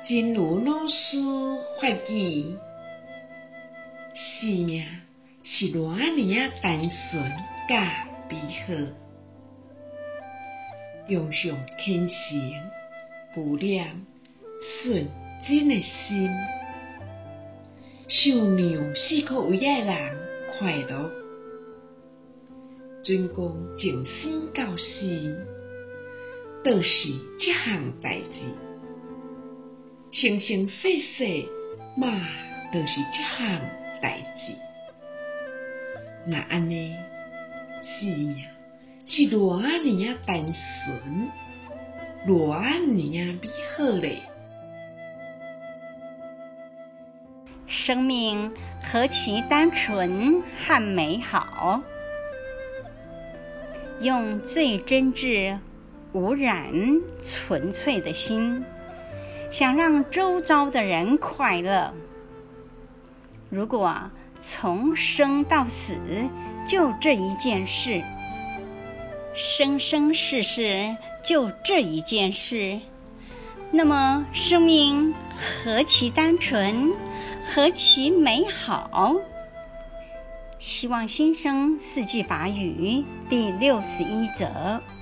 真如老师法语，生命是偌尔单纯甲美好，用上虔诚、无念、纯真的心，想让四处有爱人快乐，准讲从生到死，倒是这项代志。生生世世嘛，就是这项代志。那安尼，生命是偌尔单纯，偌尔美好嘞！ 生命何其单纯和美好，用最真挚、无染、纯粹的心，想让周遭的人快乐。如果从生到死就这一件事，生生世世就这一件事，那么生命何其单纯，何其美好。希望新生四季法语第61则。